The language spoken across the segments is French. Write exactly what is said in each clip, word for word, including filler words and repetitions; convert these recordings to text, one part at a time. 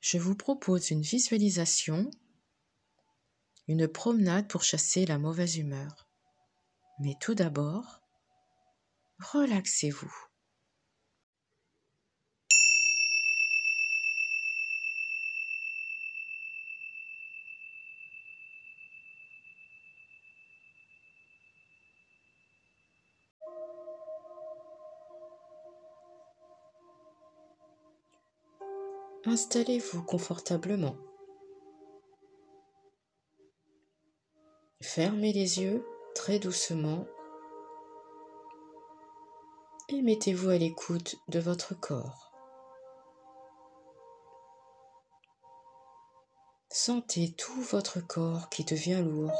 je vous propose une visualisation, une promenade pour chasser la mauvaise humeur. Mais tout d'abord, relaxez-vous. Installez-vous confortablement. Fermez les yeux très doucement et mettez-vous à l'écoute de votre corps. Sentez tout votre corps qui devient lourd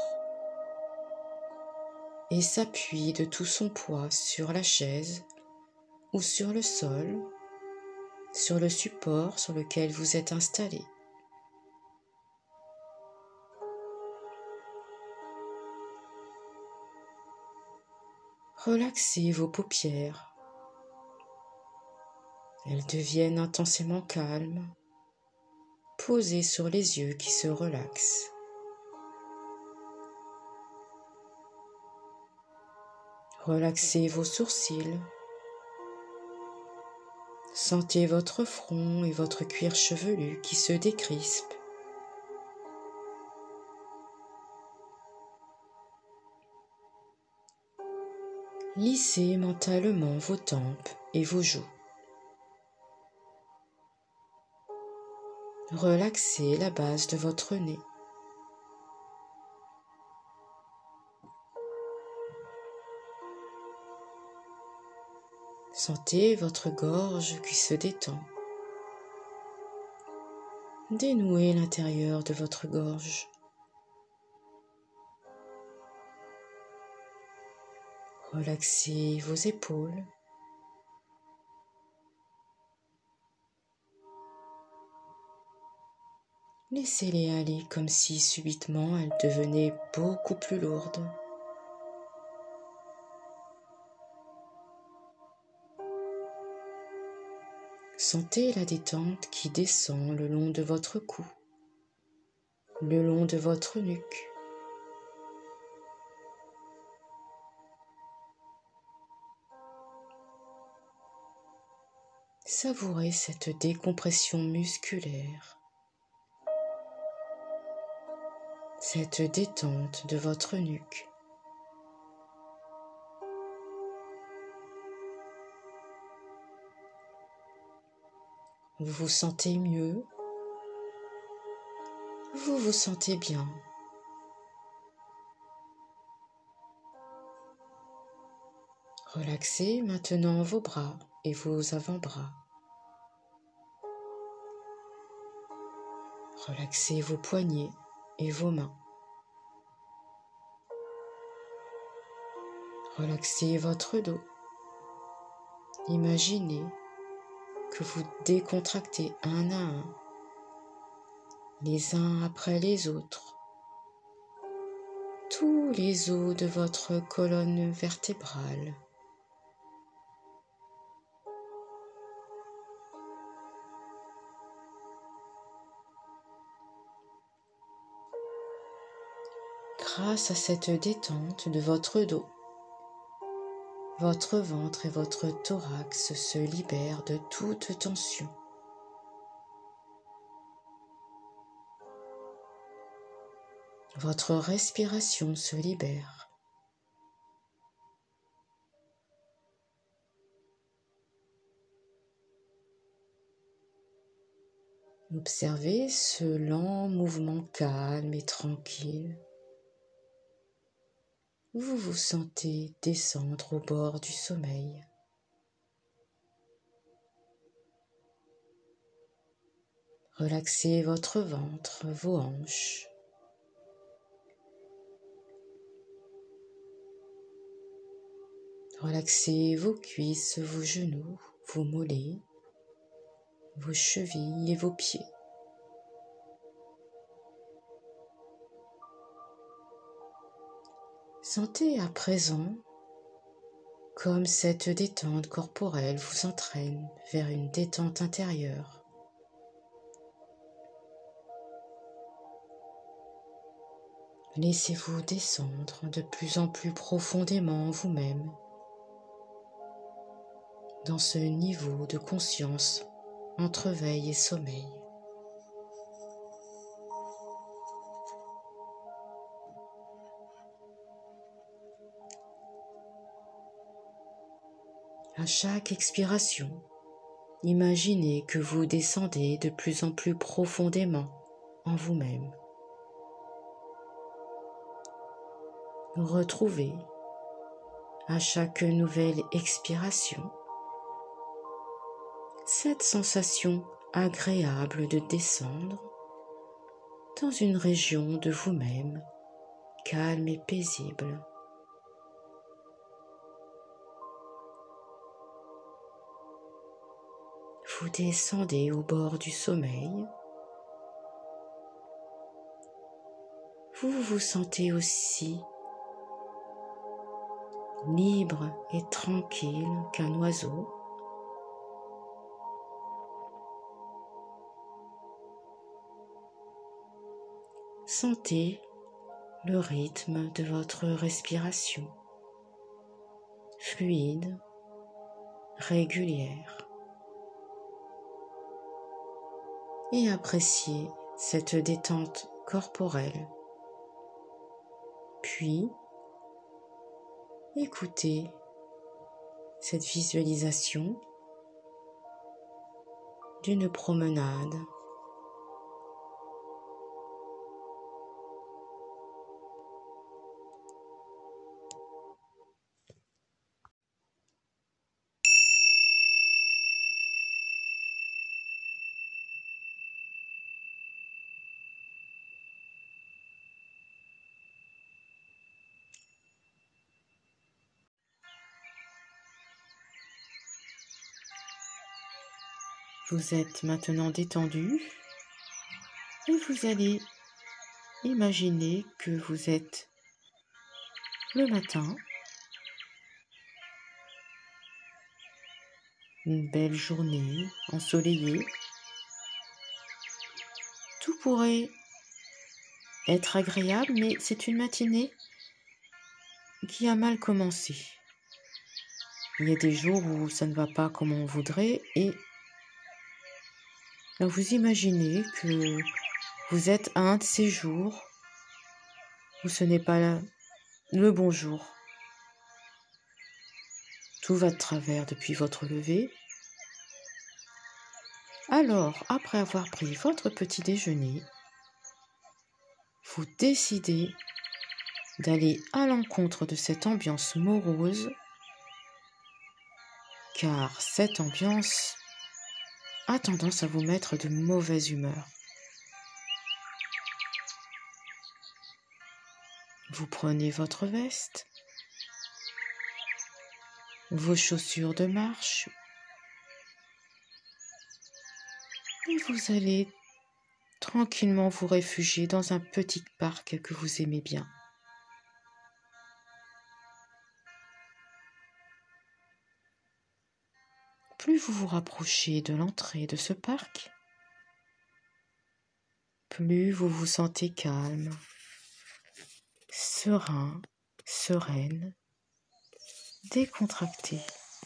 et s'appuie de tout son poids sur la chaise ou sur le sol, sur le support sur lequel vous êtes installé. Relaxez vos paupières. Elles deviennent intensément calmes, posées sur les yeux qui se relaxent. Relaxez vos sourcils. Sentez votre front et votre cuir chevelu qui se décrispent. Lissez mentalement vos tempes et vos joues. Relaxez la base de votre nez. Sentez votre gorge qui se détend. Dénouez l'intérieur de votre gorge. Relaxez vos épaules. Laissez-les aller comme si subitement elles devenaient beaucoup plus lourdes. Sentez la détente qui descend le long de votre cou, le long de votre nuque. Savourez cette décompression musculaire, cette détente de votre nuque. Vous vous sentez mieux, vous vous sentez bien. Relaxez maintenant vos bras et vos avant-bras. Relaxez vos poignets et vos mains. Relaxez votre dos. Imaginez que vous décontractez un à un, les uns après les autres, tous les os de votre colonne vertébrale. Grâce à cette détente de votre dos, votre ventre et votre thorax se libèrent de toute tension. Votre respiration se libère. Observez ce lent mouvement calme et tranquille. Vous vous sentez descendre au bord du sommeil. Relaxez votre ventre, vos hanches. Relaxez vos cuisses, vos genoux, vos mollets, vos chevilles et vos pieds. Sentez à présent comme cette détente corporelle vous entraîne vers une détente intérieure. Laissez-vous descendre de plus en plus profondément en vous-même, dans ce niveau de conscience entre veille et sommeil. À chaque expiration, imaginez que vous descendez de plus en plus profondément en vous-même. Retrouvez à chaque nouvelle expiration cette sensation agréable de descendre dans une région de vous-même calme et paisible. Vous descendez au bord du sommeil. Vous vous sentez aussi libre et tranquille qu'un oiseau. Sentez le rythme de votre respiration, fluide, régulière. Et appréciez cette détente corporelle. Puis, écoutez cette visualisation d'une promenade. Vous êtes maintenant détendu et vous allez imaginer que vous êtes le matin, une belle journée ensoleillée. Tout pourrait être agréable, mais c'est une matinée qui a mal commencé. Il y a des jours où ça ne va pas comme on voudrait et alors vous imaginez que vous êtes à un de ces jours où ce n'est pas le bon jour. Tout va de travers depuis votre lever. Alors, après avoir pris votre petit déjeuner, vous décidez d'aller à l'encontre de cette ambiance morose, car cette ambiance a tendance à vous mettre de mauvaise humeur. Vous prenez votre veste, vos chaussures de marche, et vous allez tranquillement vous réfugier dans un petit parc que vous aimez bien. Plus vous vous rapprochez de l'entrée de ce parc, plus vous vous sentez calme, serein, sereine, décontracté.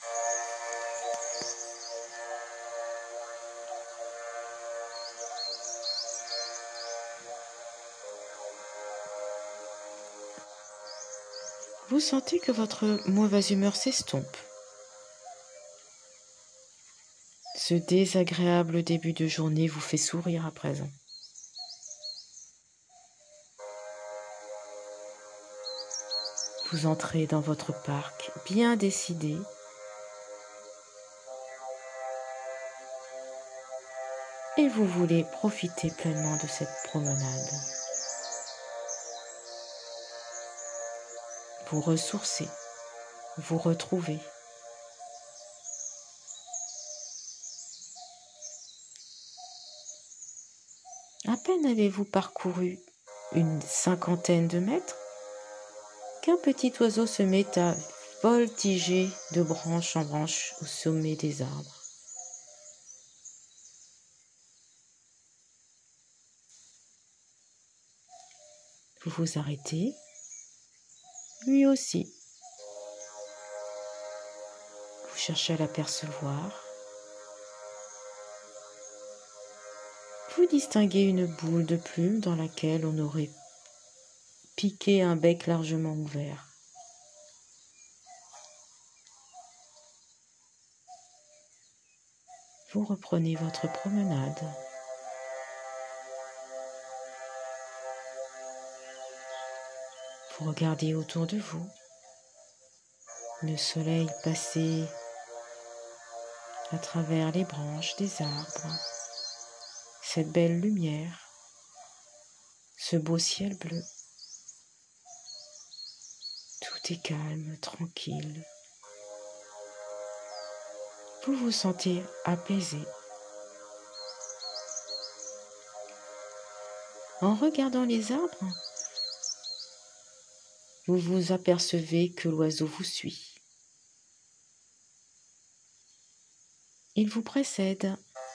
Vous sentez que votre mauvaise humeur s'estompe. Ce désagréable début de journée vous fait sourire à présent. Vous entrez dans votre parc bien décidé. Et vous voulez profiter pleinement de cette promenade. Vous ressourcez, vous retrouvez. À peine avez-vous parcouru une cinquantaine de mètres qu'un petit oiseau se met à voltiger de branche en branche au sommet des arbres. Vous vous arrêtez, lui aussi. Vous cherchez à l'apercevoir. Vous distinguez une boule de plume dans laquelle on aurait piqué un bec largement ouvert. Vous reprenez votre promenade. Vous regardez autour de vous, le soleil passer à travers les branches des arbres, cette belle lumière, ce beau ciel bleu. Tout est calme, tranquille. Vous vous sentez apaisé. En regardant les arbres, vous vous apercevez que l'oiseau vous suit. Il vous précède.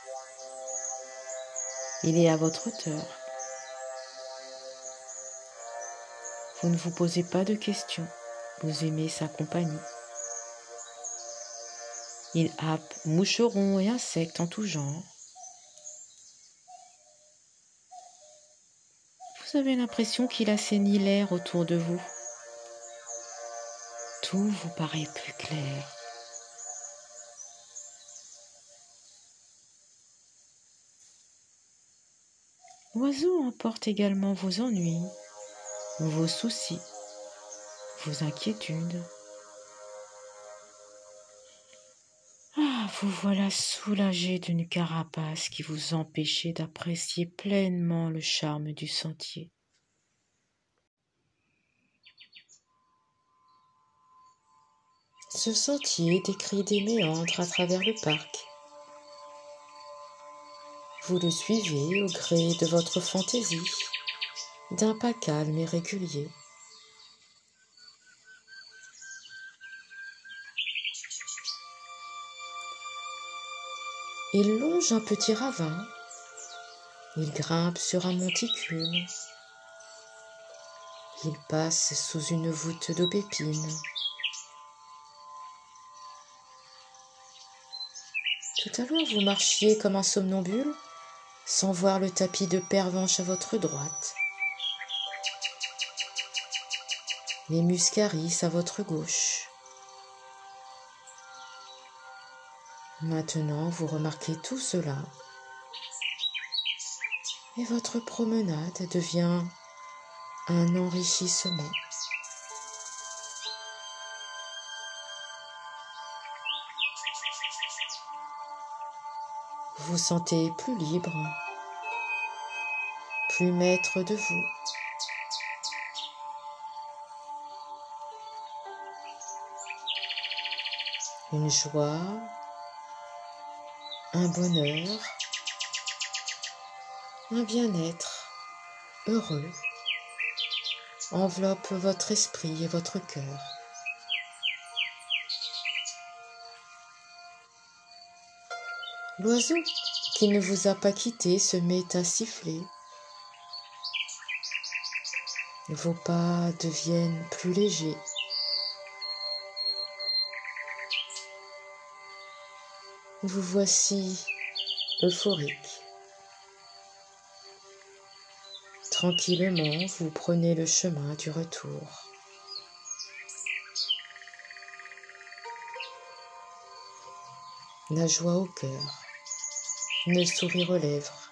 Il est à votre hauteur. Vous ne vous posez pas de questions. Vous aimez sa compagnie. Il happe moucherons et insectes en tout genre. Vous avez l'impression qu'il assainit l'air autour de vous. Tout vous paraît plus clair. L'oiseau emporte également vos ennuis, vos soucis, vos inquiétudes. Ah, vous voilà soulagé d'une carapace qui vous empêchait d'apprécier pleinement le charme du sentier. Ce sentier décrit des méandres à travers le parc. Vous le suivez au gré de votre fantaisie, d'un pas calme et régulier. Il longe un petit ravin, il grimpe sur un monticule, il passe sous une voûte d'aubépine. Tout à l'heure, vous marchiez comme un somnambule, sans voir le tapis de pervenche à votre droite, les muscaris à votre gauche. Maintenant, vous remarquez tout cela et votre promenade devient un enrichissement. Vous vous sentez plus libre, plus maître de vous. Une joie, un bonheur, un bien-être heureux enveloppe votre esprit et votre cœur. L'oiseau qui ne vous a pas quitté se met à siffler. Vos pas deviennent plus légers. Vous voici euphorique. Tranquillement, vous prenez le chemin du retour. La joie au cœur, le sourire aux lèvres.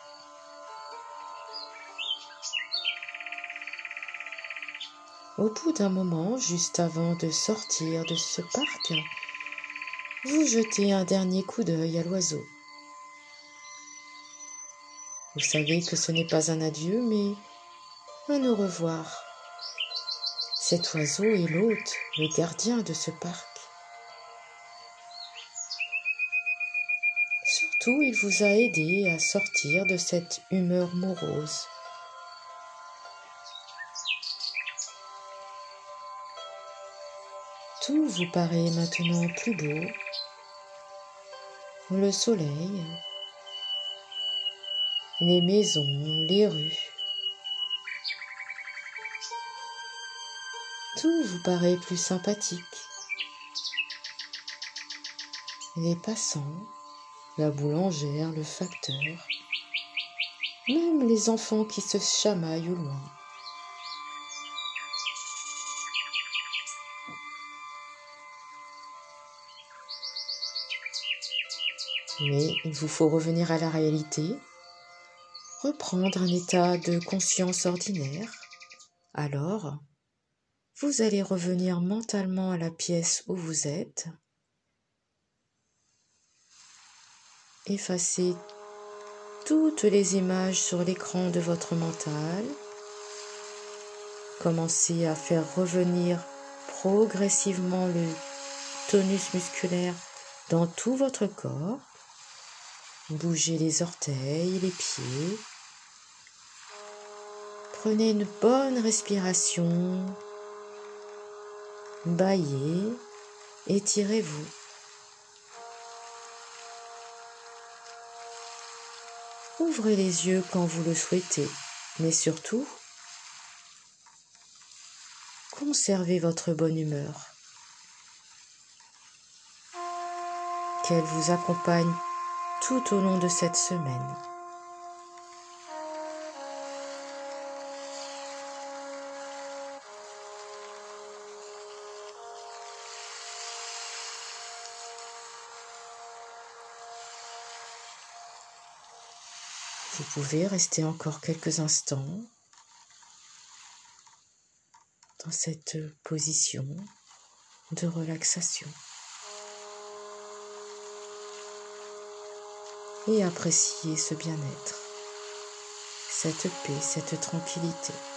Au bout d'un moment, juste avant de sortir de ce parc, vous jetez un dernier coup d'œil à l'oiseau. Vous savez que ce n'est pas un adieu, mais un au revoir. Cet oiseau est l'hôte, le gardien de ce parc. Surtout, il vous a aidé à sortir de cette humeur morose. Tout vous paraît maintenant plus beau. Le soleil, les maisons, les rues. Tout vous paraît plus sympathique. Les passants, la boulangère, le facteur, même les enfants qui se chamaillent au loin. Mais il vous faut revenir à la réalité, reprendre un état de conscience ordinaire. Alors, vous allez revenir mentalement à la pièce où vous êtes, effacer toutes les images sur l'écran de votre mental, commencez à faire revenir progressivement le tonus musculaire dans tout votre corps. Bougez les orteils, les pieds. Prenez une bonne respiration. Bâillez, étirez-vous. Ouvrez les yeux quand vous le souhaitez, mais surtout, conservez votre bonne humeur, qu'elle vous accompagne tout au long de cette semaine. Vous pouvez rester encore quelques instants dans cette position de relaxation et apprécier ce bien-être, cette paix, cette tranquillité.